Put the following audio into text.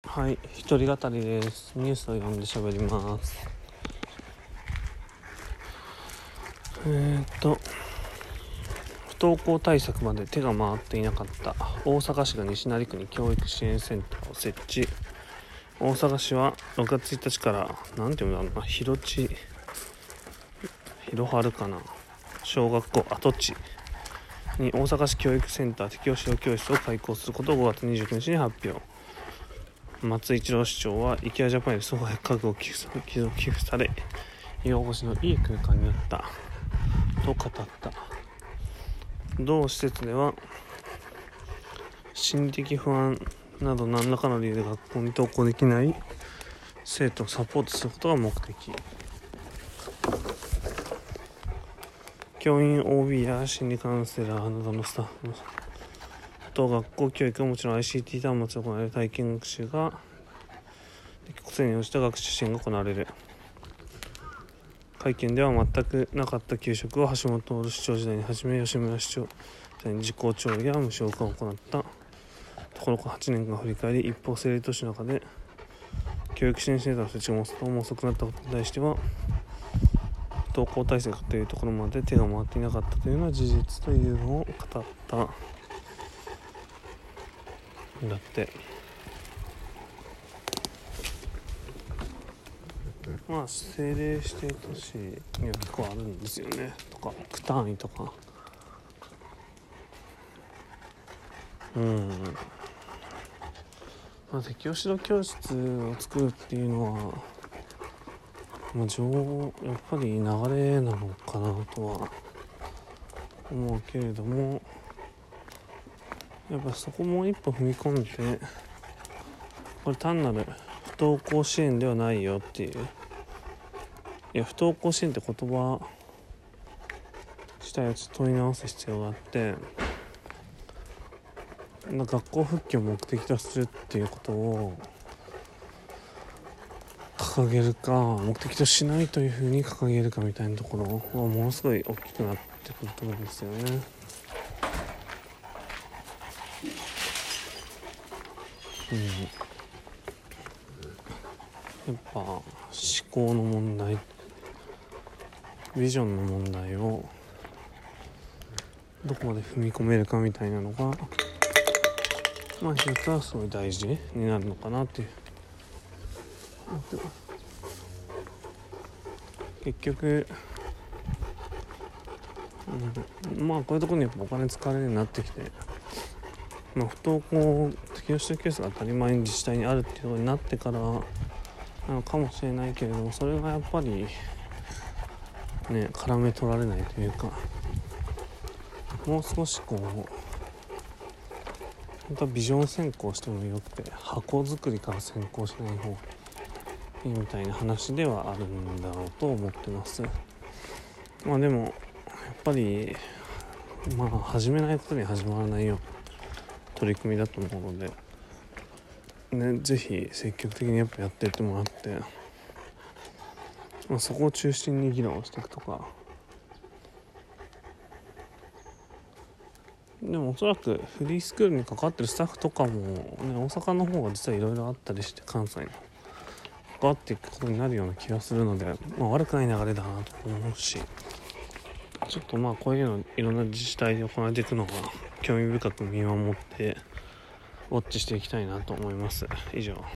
はい、一人語りです。ニュースを読んで喋ります。不登校対策まで手が回っていなかった。大阪市が西成区に教育支援センターを設置。大阪市は6月1日から広春かな小学校跡地に大阪市教育センター適応指導教室を開校することを5月29日に発表。松井一郎市長は IKEA ジャパンに総額家具を寄付され居心地のいい空間になったと語った。同施設では心理的不安など何らかの理由で学校に登校できない生徒をサポートすることが目的。教員 OB や心理カウンセラーなどのスタッフと学校教育はもちろん ICT 端末で行われる体験学習が個性に応じた学習支援が行われる。会見では全くなかった給食を橋本市長時代に始め吉村市長時代に自校調理や無償化を行ったところ8年間振り返り、一方政令都市の中で教育支援センターの設置が最も遅くなったことに対しては不登校対策というところまで手が回っていなかったというのは事実というのを語っただって。政令指定都市には結構あるんですよね。とか区単位とか適応指導教室を作るっていうのはやっぱり流れなのかなとは思うけれども、やっぱそこも一歩踏み込んで、これ単なる不登校支援ではないよっていう、不登校支援って言葉自体を問い直す必要があって、学校復帰を目的とするっていうことを掲げるか目的としないというふうに掲げるかみたいなところはものすごい大きくなってくると思うんですよね。やっぱ思考の問題、ビジョンの問題をどこまで踏み込めるかみたいなのが一つはすごい大事になるのかなっていう。結局こういうところにやっぱお金使われるようになってきて、不登校適用してるケースが当たり前に自治体にあるっていうところになってからなのかもしれないけれども、それがやっぱり絡め取られないというか、もう少し本当はビジョン先行してもよくて箱作りから先行しない方がいいみたいな話ではあるんだろうと思ってます。でもやっぱり始めないことに始まらないような取り組みだと思うので、ぜひ積極的にやっぱやっていってもらって、そこを中心に議論をしていくとか。でもおそらくフリースクールに関わってるスタッフとかも、大阪の方が実はいろいろあったりして、関西に関わっていくことになるような気がするので、悪くない流れだなと思うし、ちょっとこういうのいろんな自治体で行われていくのが興味深く見守ってウォッチしていきたいなと思います。以上。